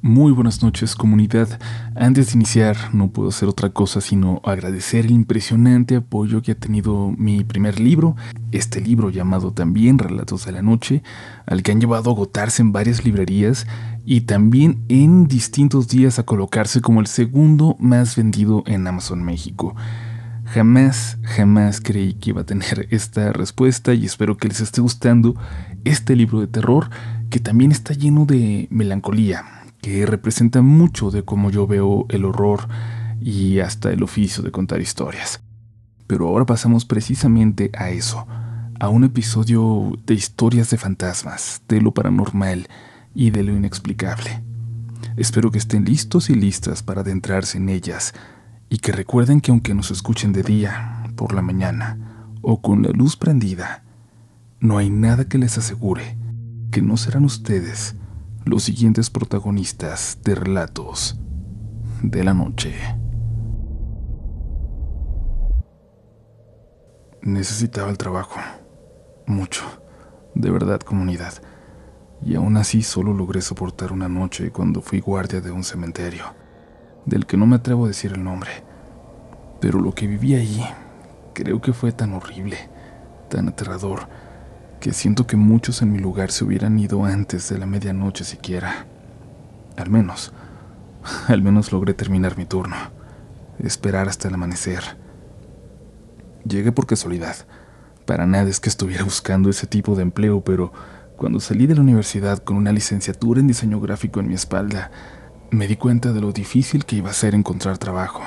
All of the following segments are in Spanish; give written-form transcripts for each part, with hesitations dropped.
Muy buenas noches, comunidad. Antes de iniciar, no puedo hacer otra cosa sino agradecer el impresionante apoyo que ha tenido mi primer libro, este libro llamado también Relatos de la Noche, al que han llevado a agotarse en varias librerías y también en distintos días a colocarse como el segundo más vendido en Amazon México. Jamás creí que iba a tener esta respuesta y espero que les esté gustando este libro de terror que también está lleno de melancolía, que representa mucho de cómo yo veo el horror y hasta el oficio de contar historias. Pero ahora pasamos precisamente a eso, a un episodio de historias de fantasmas, de lo paranormal y de lo inexplicable. Espero que estén listos y listas para adentrarse en ellas y que recuerden que aunque nos escuchen de día, por la mañana o con la luz prendida, no hay nada que les asegure que no serán ustedes los siguientes protagonistas de Relatos de la Noche. Necesitaba el trabajo, mucho, de verdad, comunidad, y aún así solo logré soportar una noche cuando fui guardia de un cementerio, del que no me atrevo a decir el nombre, pero lo que viví ahí creo que fue tan horrible, tan aterrador, que siento que muchos en mi lugar se hubieran ido antes de la medianoche siquiera. Al menos logré terminar mi turno, esperar hasta el amanecer. Llegué por casualidad. Para nada es que estuviera buscando ese tipo de empleo, pero cuando salí de la universidad con una licenciatura en diseño gráfico en mi espalda, me di cuenta de lo difícil que iba a ser encontrar trabajo.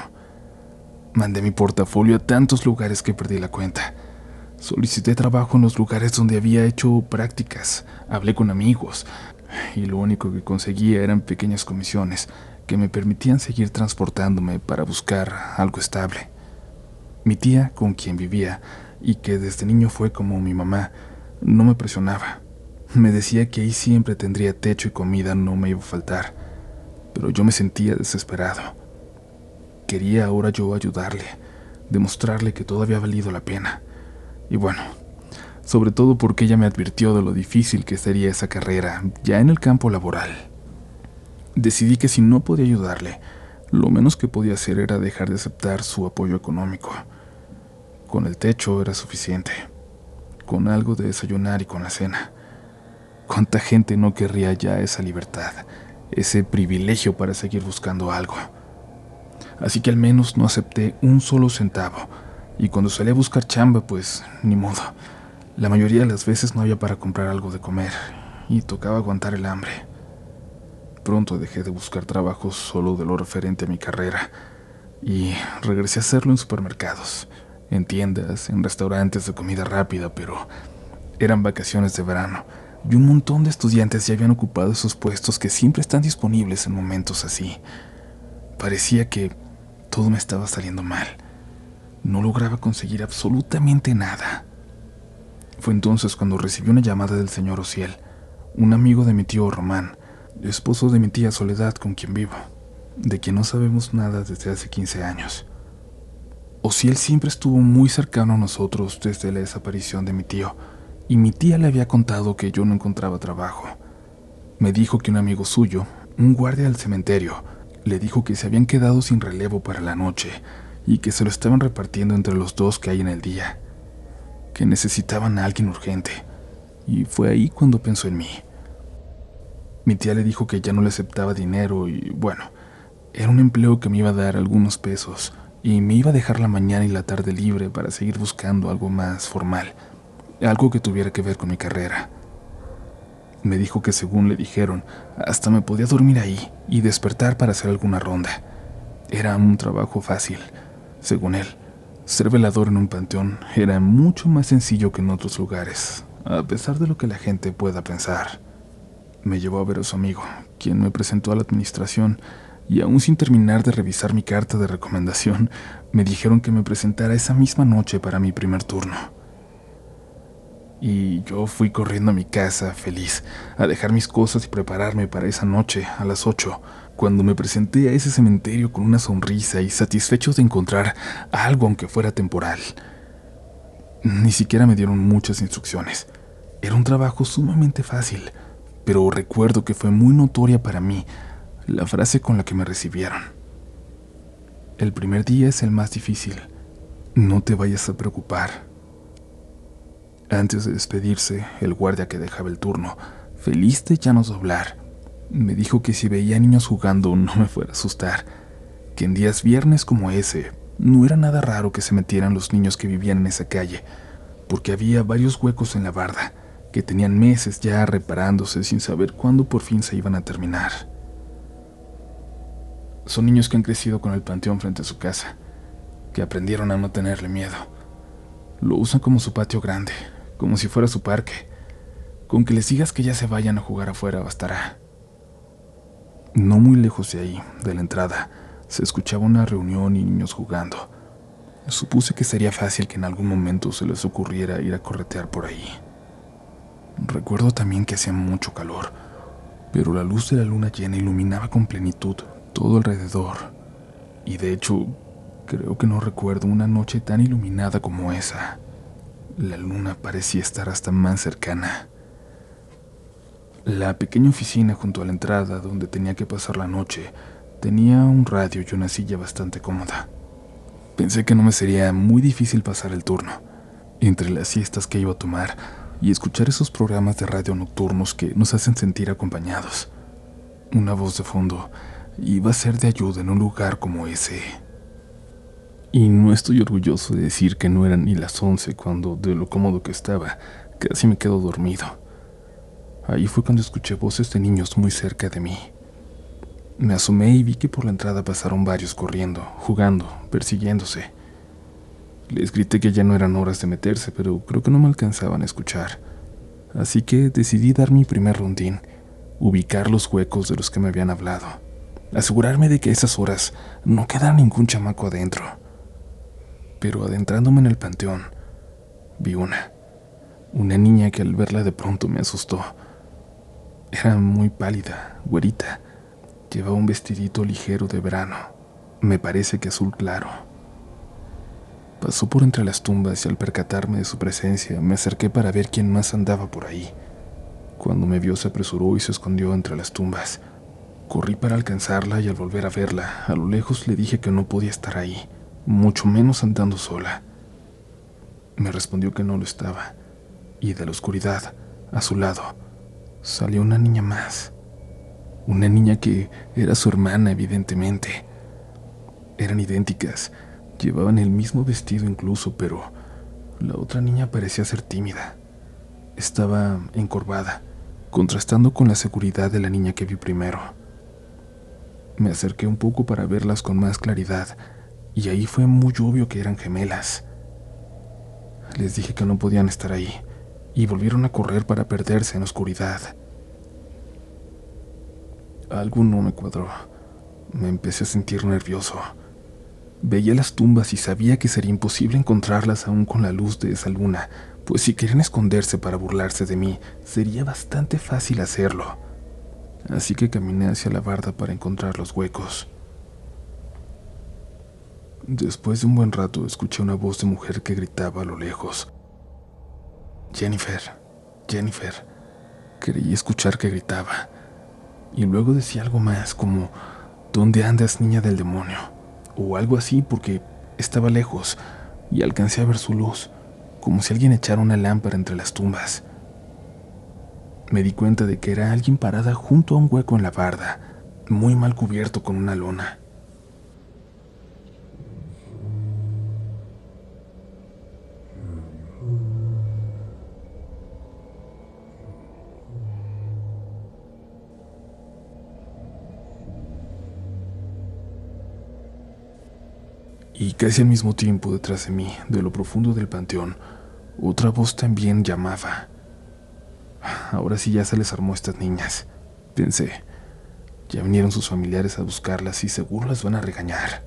Mandé mi portafolio a tantos lugares que perdí la cuenta. Solicité trabajo en los lugares donde había hecho prácticas, hablé con amigos, y lo único que conseguía eran pequeñas comisiones que me permitían seguir transportándome para buscar algo estable. Mi tía, con quien vivía, y que desde niño fue como mi mamá, no me presionaba. Me decía que ahí siempre tendría techo y comida no me iba a faltar, pero yo me sentía desesperado. Quería ahora yo ayudarle, demostrarle que todo había valido la pena. Y bueno, sobre todo porque ella me advirtió de lo difícil que sería esa carrera ya en el campo laboral. Decidí que si no podía ayudarle, lo menos que podía hacer era dejar de aceptar su apoyo económico. Con el techo era suficiente, con algo de desayunar y con la cena. ¿Cuánta gente no querría ya esa libertad, ese privilegio para seguir buscando algo? Así que al menos no acepté un solo centavo, y cuando salí a buscar chamba, pues ni modo. La mayoría de las veces no había para comprar algo de comer, y tocaba aguantar el hambre. Pronto dejé de buscar trabajos solo de lo referente a mi carrera, y regresé a hacerlo en supermercados, en tiendas, en restaurantes de comida rápida, pero eran vacaciones de verano, y un montón de estudiantes ya habían ocupado esos puestos que siempre están disponibles en momentos así. Parecía que todo me estaba saliendo mal. No lograba conseguir absolutamente nada. Fue entonces cuando recibí una llamada del señor Ociel, un amigo de mi tío Román, esposo de mi tía Soledad con quien vivo, de quien no sabemos nada desde hace 15 años. Ociel siempre estuvo muy cercano a nosotros desde la desaparición de mi tío, y mi tía le había contado que yo no encontraba trabajo. Me dijo que un amigo suyo, un guardia del cementerio, le dijo que se habían quedado sin relevo para la noche y que se lo estaban repartiendo entre los dos que hay en el día, que necesitaban a alguien urgente, y fue ahí cuando pensó en mí. Mi tía le dijo que ya no le aceptaba dinero y, bueno, era un empleo que me iba a dar algunos pesos y me iba a dejar la mañana y la tarde libre para seguir buscando algo más formal, algo que tuviera que ver con mi carrera. Me dijo que según le dijeron, hasta me podía dormir ahí y despertar para hacer alguna ronda. Era un trabajo fácil, según él. Ser velador en un panteón era mucho más sencillo que en otros lugares, a pesar de lo que la gente pueda pensar. Me llevó a ver a su amigo, quien me presentó a la administración, y aún sin terminar de revisar mi carta de recomendación, me dijeron que me presentara esa misma noche para mi primer turno. Y yo fui corriendo a mi casa, feliz, a dejar mis cosas y prepararme para esa noche, a las 8, cuando me presenté a ese cementerio con una sonrisa y satisfecho de encontrar algo aunque fuera temporal. Ni siquiera me dieron muchas instrucciones. Era un trabajo sumamente fácil, pero recuerdo que fue muy notoria para mí la frase con la que me recibieron. El primer día es el más difícil. No te vayas a preocupar. Antes de despedirse, el guardia que dejaba el turno, feliz de ya no doblar, me dijo que si veía niños jugando no me fuera a asustar, que en días viernes como ese no era nada raro que se metieran los niños que vivían en esa calle, porque había varios huecos en la barda que tenían meses ya reparándose sin saber cuándo por fin se iban a terminar. Son niños que han crecido con el panteón frente a su casa, que aprendieron a no tenerle miedo. Lo usan como su patio grande, como si fuera su parque. Con que les digas que ya se vayan a jugar afuera bastará. No muy lejos de ahí, de la entrada, se escuchaba una reunión y niños jugando. Supuse que sería fácil que en algún momento se les ocurriera ir a corretear por ahí. Recuerdo también que hacía mucho calor, pero la luz de la luna llena iluminaba con plenitud todo alrededor. Y de hecho, creo que no recuerdo una noche tan iluminada como esa. La luna parecía estar hasta más cercana. La pequeña oficina junto a la entrada donde tenía que pasar la noche tenía un radio y una silla bastante cómoda. Pensé que no me sería muy difícil pasar el turno, entre las siestas que iba a tomar y escuchar esos programas de radio nocturnos que nos hacen sentir acompañados. Una voz de fondo iba a ser de ayuda en un lugar como ese. Y no estoy orgulloso de decir que no eran ni las 11 cuando, de lo cómodo que estaba, casi me quedo dormido. Ahí fue cuando escuché voces de niños muy cerca de mí. Me asomé y vi que por la entrada pasaron varios corriendo, jugando, persiguiéndose. Les grité que ya no eran horas de meterse, pero creo que no me alcanzaban a escuchar. Así que decidí dar mi primer rondín, ubicar los huecos de los que me habían hablado, asegurarme de que a esas horas no quedara ningún chamaco adentro. Pero adentrándome en el panteón, vi una niña que al verla de pronto me asustó. Era muy pálida, güerita. Llevaba un vestidito ligero de verano, me parece que azul claro. Pasó por entre las tumbas y al percatarme de su presencia me acerqué para ver quién más andaba por ahí. Cuando me vio se apresuró y se escondió entre las tumbas. Corrí para alcanzarla y al volver a verla, a lo lejos le dije que no podía estar ahí, mucho menos andando sola. Me respondió que no lo estaba, y de la oscuridad, a su lado, salió una niña más. Una niña que era su hermana, evidentemente. Eran idénticas, llevaban el mismo vestido incluso, pero la otra niña parecía ser tímida. Estaba encorvada, contrastando con la seguridad de la niña que vi primero. Me acerqué un poco para verlas con más claridad, y ahí fue muy obvio que eran gemelas. Les dije que no podían estar ahí, y volvieron a correr para perderse en la oscuridad. Algo no me cuadró. Me empecé a sentir nervioso. Veía las tumbas y sabía que sería imposible encontrarlas aún con la luz de esa luna, pues si querían esconderse para burlarse de mí, sería bastante fácil hacerlo. Así que caminé hacia la barda para encontrar los huecos. Después de un buen rato escuché una voz de mujer que gritaba a lo lejos. Jennifer, Jennifer. Creí escuchar que gritaba. Y luego decía algo más, como, ¿dónde andas, niña del demonio? O algo así, porque estaba lejos y alcancé a ver su luz, como si alguien echara una lámpara entre las tumbas. Me di cuenta de que era alguien parada junto a un hueco en la barda, muy mal cubierto con una lona. Y casi al mismo tiempo detrás de mí, de lo profundo del panteón, otra voz también llamaba. Ahora sí ya se les armó a estas niñas, pensé. Ya vinieron sus familiares a buscarlas y seguro las van a regañar.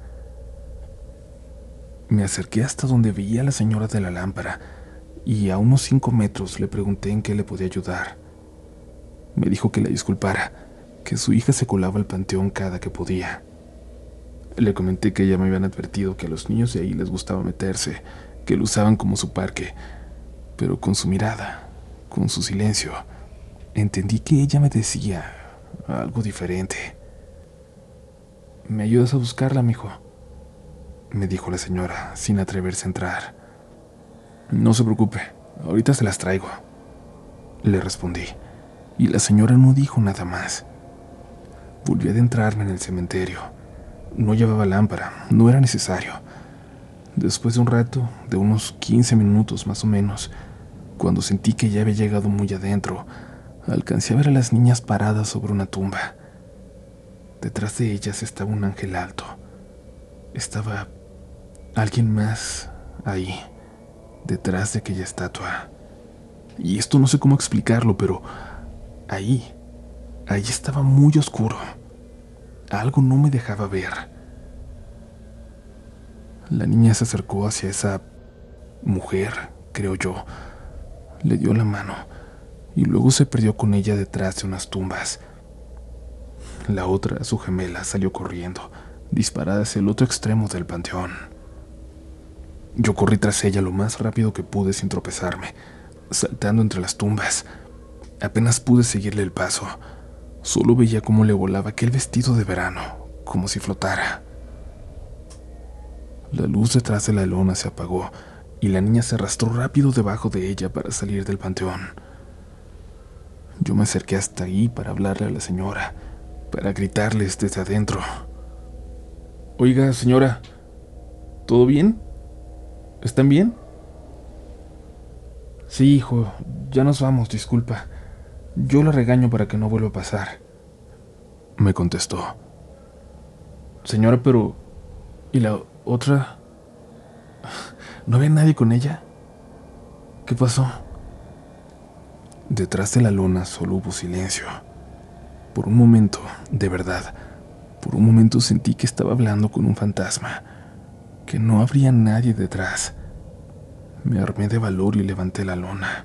Me acerqué hasta donde veía a la señora de la lámpara y a unos 5 metros le pregunté en qué le podía ayudar. Me dijo que la disculpara, que su hija se colaba al panteón cada que podía. Le comenté que ya me habían advertido que a los niños de ahí les gustaba meterse, que lo usaban como su parque, pero con su mirada, con su silencio, entendí que ella me decía algo diferente. ¿Me ayudas a buscarla, mijo?, me dijo la señora, sin atreverse a entrar. No se preocupe, ahorita se las traigo, le respondí, y la señora no dijo nada más. Volví a adentrarme en el cementerio. No llevaba lámpara, no era necesario. Después de un rato, de unos 15 minutos más o menos, cuando sentí que ya había llegado muy adentro, alcancé a ver a las niñas paradas sobre una tumba. Detrás de ellas estaba un ángel alto. Estaba alguien más ahí, detrás de aquella estatua. Y esto no sé cómo explicarlo, pero ahí estaba muy oscuro. Algo no me dejaba ver. La niña se acercó hacia esa mujer, creo yo. Le dio la mano y luego se perdió con ella detrás de unas tumbas. La otra, su gemela, salió corriendo, disparada hacia el otro extremo del panteón. Yo corrí tras ella lo más rápido que pude sin tropezarme, saltando entre las tumbas. Apenas pude seguirle el paso. Solo veía cómo le volaba aquel vestido de verano, como si flotara. La luz detrás de la lona se apagó y la niña se arrastró rápido debajo de ella para salir del panteón. Yo me acerqué hasta ahí para hablarle a la señora, para gritarles desde adentro. Oiga, señora, ¿todo bien? ¿Están bien? Sí, hijo, ya nos vamos, disculpa. Yo la regaño para que no vuelva a pasar, me contestó. Señora, pero... ¿y la otra? ¿No había nadie con ella? ¿Qué pasó? Detrás de la lona solo hubo silencio. Por un momento, de verdad, por un momento sentí que estaba hablando con un fantasma, que no habría nadie detrás. Me armé de valor y levanté la lona.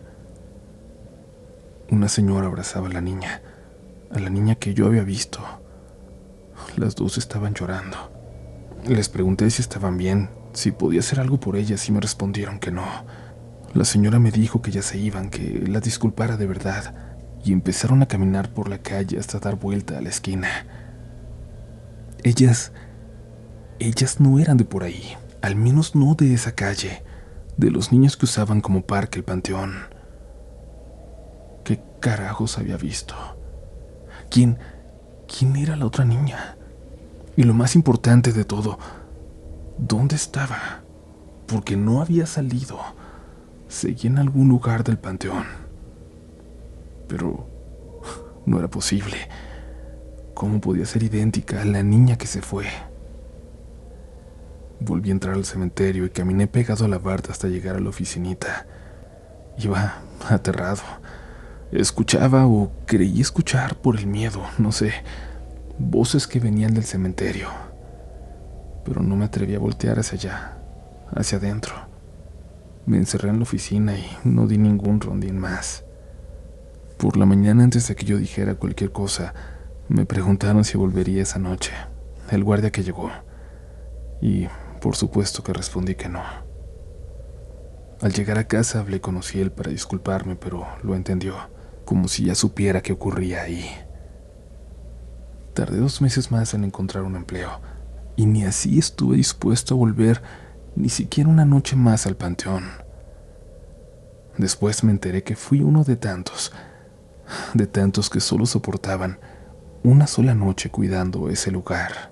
Una señora abrazaba a la niña que yo había visto. Las dos estaban llorando. Les pregunté si estaban bien, si podía hacer algo por ellas, y me respondieron que no. La señora me dijo que ya se iban, que las disculpara de verdad, y empezaron a caminar por la calle hasta dar vuelta a la esquina. Ellas no eran de por ahí, al menos no de esa calle, de los niños que usaban como parque el panteón. ¿Qué carajos había visto? ¿Quién era la otra niña? Y lo más importante de todo, ¿dónde estaba? Porque no había salido. Seguía en algún lugar del panteón. Pero no era posible. ¿Cómo podía ser idéntica a la niña que se fue? Volví a entrar al cementerio y caminé pegado a la barda hasta llegar a la oficinita. Iba aterrado. Escuchaba o creí escuchar por el miedo, no sé, voces que venían del cementerio. Pero no me atreví a voltear hacia allá, hacia adentro. Me encerré en la oficina y no di ningún rondín más. Por la mañana, antes de que yo dijera cualquier cosa, me preguntaron si volvería esa noche, el guardia que llegó. Y por supuesto que respondí que no. Al llegar a casa hablé con Ociel para disculparme, pero lo entendió, como si ya supiera qué ocurría ahí. Tardé 2 meses más en encontrar un empleo, y ni así estuve dispuesto a volver ni siquiera una noche más al panteón. Después me enteré que fui uno de tantos que solo soportaban una sola noche cuidando ese lugar.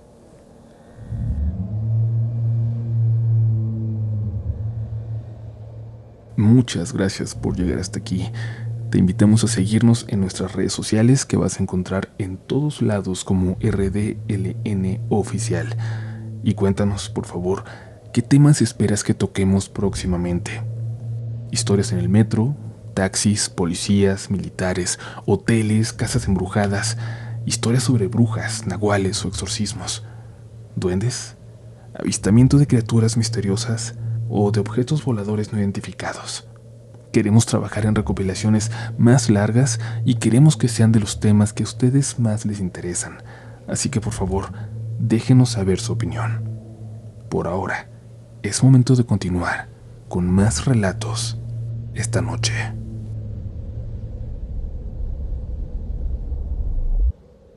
Muchas gracias por llegar hasta aquí. Te invitamos a seguirnos en nuestras redes sociales, que vas a encontrar en todos lados como RDLN Oficial. Y cuéntanos, por favor, ¿qué temas esperas que toquemos próximamente? Historias en el metro, taxis, policías, militares, hoteles, casas embrujadas, historias sobre brujas, nahuales o exorcismos, duendes, avistamiento de criaturas misteriosas o de objetos voladores no identificados. Queremos trabajar en recopilaciones más largas y queremos que sean de los temas que a ustedes más les interesan. Así que por favor, déjenos saber su opinión. Por ahora, es momento de continuar con más relatos esta noche.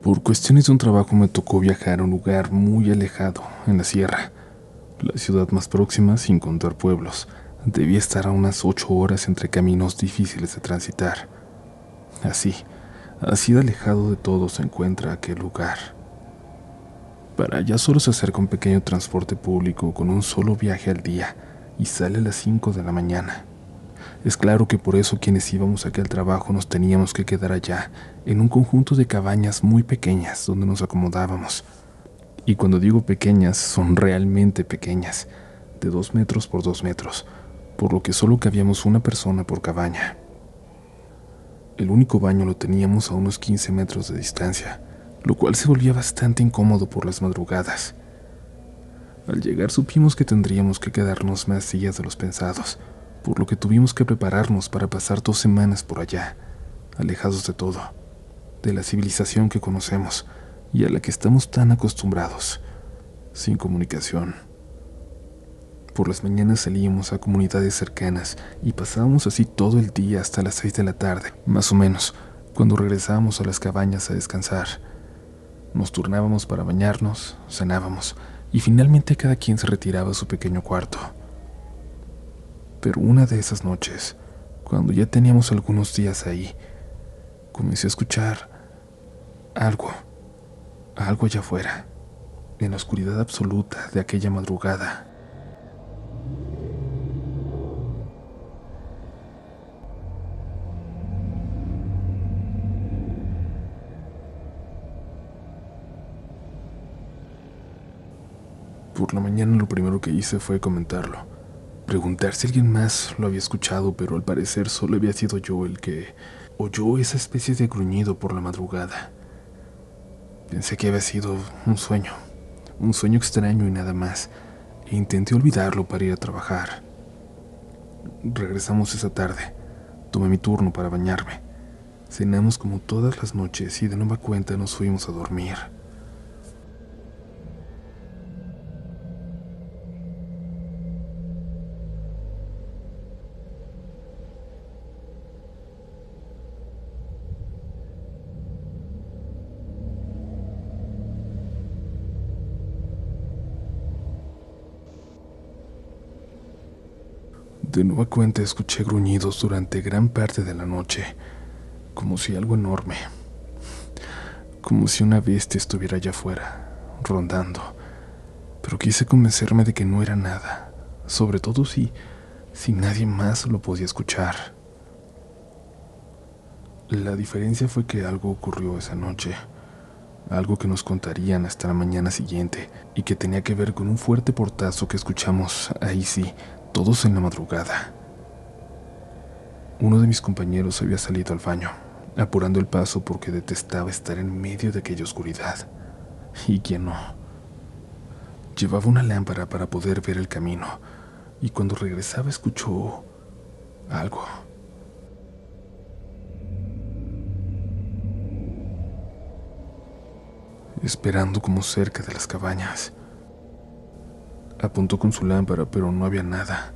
Por cuestiones de un trabajo me tocó viajar a un lugar muy alejado, en la sierra. La ciudad más próxima, sin contar pueblos, debía estar a unas 8 horas entre caminos difíciles de transitar. Así, así de alejado de todo se encuentra aquel lugar. Para allá solo se acerca un pequeño transporte público con un solo viaje al día y sale a las 5 de la mañana. Es claro que por eso quienes íbamos aquí al trabajo nos teníamos que quedar allá, en un conjunto de cabañas muy pequeñas donde nos acomodábamos. Y cuando digo pequeñas, son realmente pequeñas, de 2 metros por 2 metros, por lo que solo cabíamos una persona por cabaña. El único baño lo teníamos a unos 15 metros de distancia, lo cual se volvía bastante incómodo por las madrugadas. Al llegar supimos que tendríamos que quedarnos más días de los pensados, por lo que tuvimos que prepararnos para pasar 2 semanas por allá, alejados de todo, de la civilización que conocemos y a la que estamos tan acostumbrados, sin comunicación. Por las mañanas salíamos a comunidades cercanas y pasábamos así todo el día hasta las 6 de la tarde, más o menos, cuando regresábamos a las cabañas a descansar. Nos turnábamos para bañarnos, cenábamos y finalmente cada quien se retiraba a su pequeño cuarto. Pero una de esas noches, cuando ya teníamos algunos días ahí, comencé a escuchar algo allá afuera, en la oscuridad absoluta de aquella madrugada. Por la mañana lo primero que hice fue comentarlo, preguntar si alguien más lo había escuchado, pero al parecer solo había sido yo el que oyó esa especie de gruñido por la madrugada. Pensé que había sido un sueño extraño y nada más, e intenté olvidarlo para ir a trabajar. Regresamos esa tarde, tomé mi turno para bañarme, cenamos como todas las noches y de nueva cuenta nos fuimos a dormir. De nueva cuenta escuché gruñidos durante gran parte de la noche, como si algo enorme, como si una bestia estuviera allá afuera, rondando, pero quise convencerme de que no era nada, sobre todo si nadie más lo podía escuchar. La diferencia fue que algo ocurrió esa noche, algo que nos contarían hasta la mañana siguiente y que tenía que ver con un fuerte portazo que escuchamos, ahí sí, todos en la madrugada. Uno de mis compañeros había salido al baño, apurando el paso porque detestaba estar en medio de aquella oscuridad. ¿Y quién no? Llevaba una lámpara para poder ver el camino, y cuando regresaba escuchó algo. Esperando como cerca de las cabañas. Apuntó con su lámpara, pero no había nada.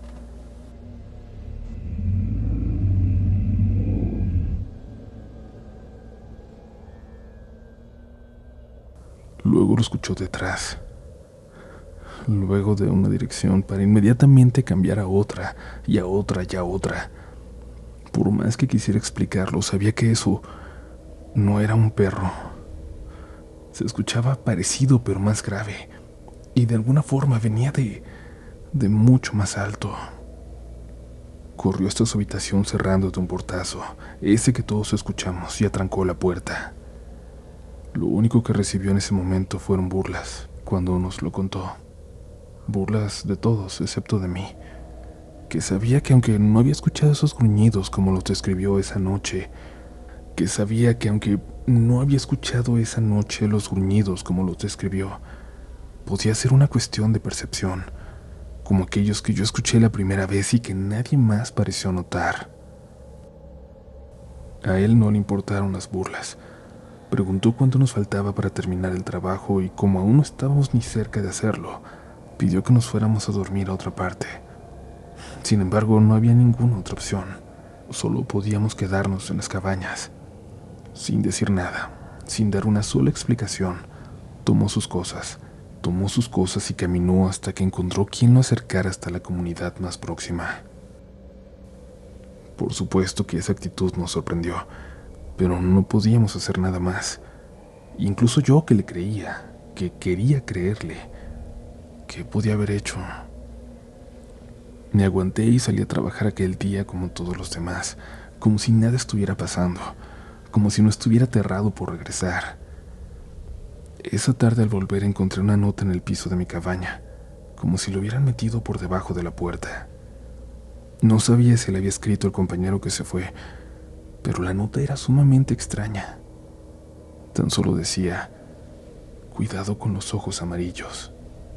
Luego lo escuchó detrás, luego de una dirección para inmediatamente cambiar a otra, y a otra, y a otra. Por más que quisiera explicarlo, sabía que eso no era un perro. Se escuchaba parecido, pero más grave, y de alguna forma venía de mucho más alto. Corrió hasta su habitación cerrando de un portazo, ese que todos escuchamos, y atrancó la puerta. Lo único que recibió en ese momento fueron burlas, cuando nos lo contó. Burlas de todos, excepto de mí, que sabía que aunque no había escuchado esos gruñidos como los describió esa noche, que sabía que aunque no había escuchado esa noche los gruñidos como los describió, podía ser una cuestión de percepción, como aquellos que yo escuché la primera vez y que nadie más pareció notar. A él no le importaron las burlas. Preguntó cuánto nos faltaba para terminar el trabajo y como aún no estábamos ni cerca de hacerlo, pidió que nos fuéramos a dormir a otra parte. Sin embargo, no había ninguna otra opción. Solo podíamos quedarnos en las cabañas. Sin decir nada, Sin dar una sola explicación, tomó sus cosas y caminó hasta que encontró quien lo acercara hasta la comunidad más próxima. Por supuesto que esa actitud nos sorprendió, pero no podíamos hacer nada más. Incluso yo, que le creía, que quería creerle, ¿qué podía haber hecho? Me aguanté y salí a trabajar aquel día como todos los demás, como si nada estuviera pasando, como si no estuviera aterrado por regresar. Esa tarde, al volver, encontré una nota en el piso de mi cabaña, como si lo hubieran metido por debajo de la puerta. No sabía si le había escrito el compañero que se fue, pero la nota era sumamente extraña. Tan solo decía: cuidado con los ojos amarillos.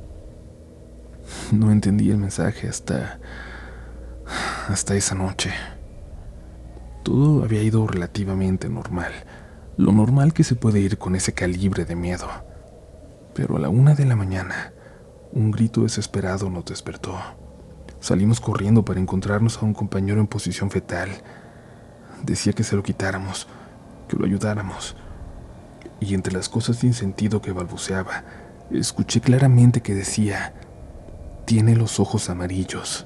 No entendí el mensaje hasta esa noche. Todo había ido relativamente normal, lo normal que se puede ir con ese calibre de miedo. Pero a la 1 de la mañana, un grito desesperado nos despertó. Salimos corriendo para encontrarnos a un compañero en posición fetal. Decía que se lo quitáramos, que lo ayudáramos. Y entre las cosas sin sentido que balbuceaba, escuché claramente que decía: tiene los ojos amarillos.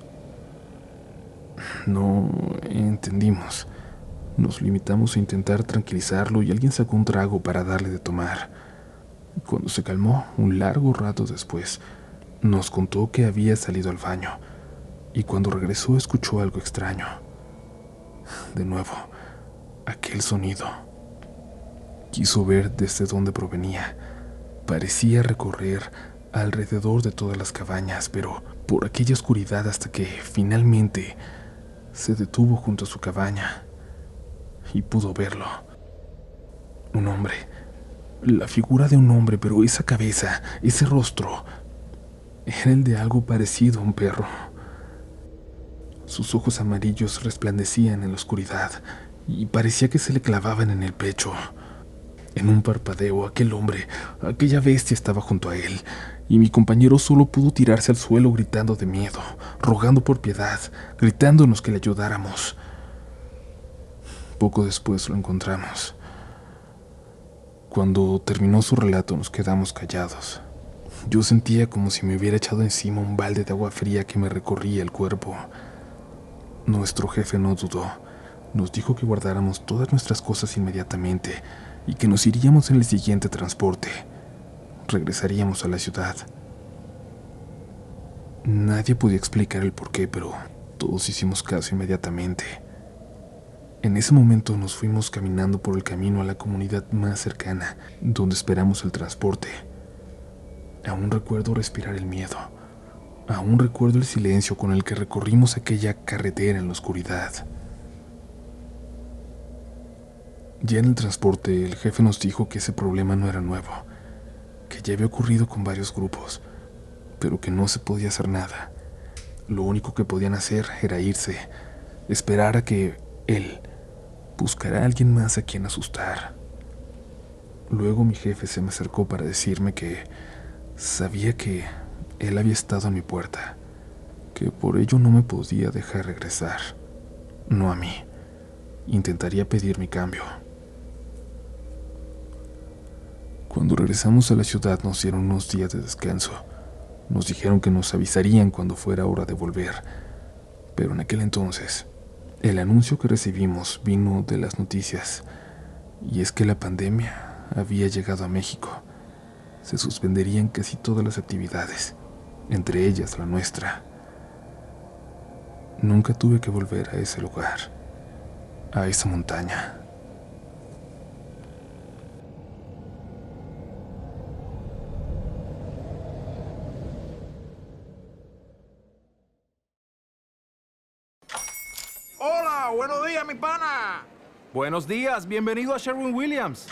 No entendimos. Nos limitamos a intentar tranquilizarlo y alguien sacó un trago para darle de tomar. Cuando se calmó, un largo rato después, nos contó que había salido al baño y cuando regresó escuchó algo extraño. De nuevo, aquel sonido. Quiso ver desde dónde provenía. Parecía recorrer alrededor de todas las cabañas, pero por aquella oscuridad, hasta que finalmente se detuvo junto a su cabaña y pudo verlo. Un hombre, la figura de un hombre, pero esa cabeza, ese rostro, era el de algo parecido a un perro. Sus ojos amarillos resplandecían en la oscuridad y parecía que se le clavaban en el pecho. En un parpadeo, aquel hombre, aquella bestia estaba junto a él, y mi compañero solo pudo tirarse al suelo gritando de miedo, rogando por piedad, gritándonos que le ayudáramos. Poco después lo encontramos. Cuando terminó su relato nos quedamos callados. Yo sentía como si me hubiera echado encima un balde de agua fría que me recorría el cuerpo. Nuestro jefe no dudó. Nos dijo que guardáramos todas nuestras cosas inmediatamente y que nos iríamos en el siguiente transporte. Regresaríamos a la ciudad. Nadie podía explicar el porqué, pero todos hicimos caso inmediatamente. En ese momento nos fuimos caminando por el camino a la comunidad más cercana, donde esperamos el transporte. Aún recuerdo respirar el miedo. Aún recuerdo el silencio con el que recorrimos aquella carretera en la oscuridad. Ya en el transporte, el jefe nos dijo que ese problema no era nuevo, que ya había ocurrido con varios grupos, pero que no se podía hacer nada. Lo único que podían hacer era irse, esperar a que él buscara a alguien más a quien asustar. Luego mi jefe se me acercó para decirme que sabía que él había estado en mi puerta, que por ello no me podía dejar regresar. No a mí. Intentaría pedir mi cambio. Cuando regresamos a la ciudad nos dieron unos días de descanso. Nos dijeron que nos avisarían cuando fuera hora de volver. Pero en aquel entonces, el anuncio que recibimos vino de las noticias. Y es que la pandemia había llegado a México. Se suspenderían casi todas las actividades, entre ellas la nuestra. Nunca tuve que volver a ese lugar, a esa montaña. Hola, buenos días, mi pana. Buenos días, bienvenido a Sherwin-Williams.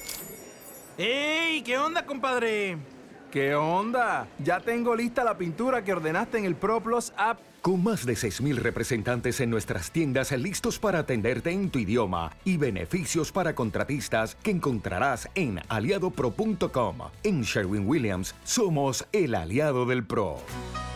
¡Ey! ¿Qué onda, compadre? ¿Qué onda? Ya tengo lista la pintura que ordenaste en el ProPlus app. Con más de 6,000 representantes en nuestras tiendas listos para atenderte en tu idioma y beneficios para contratistas que encontrarás en aliadopro.com. En Sherwin-Williams somos el aliado del pro.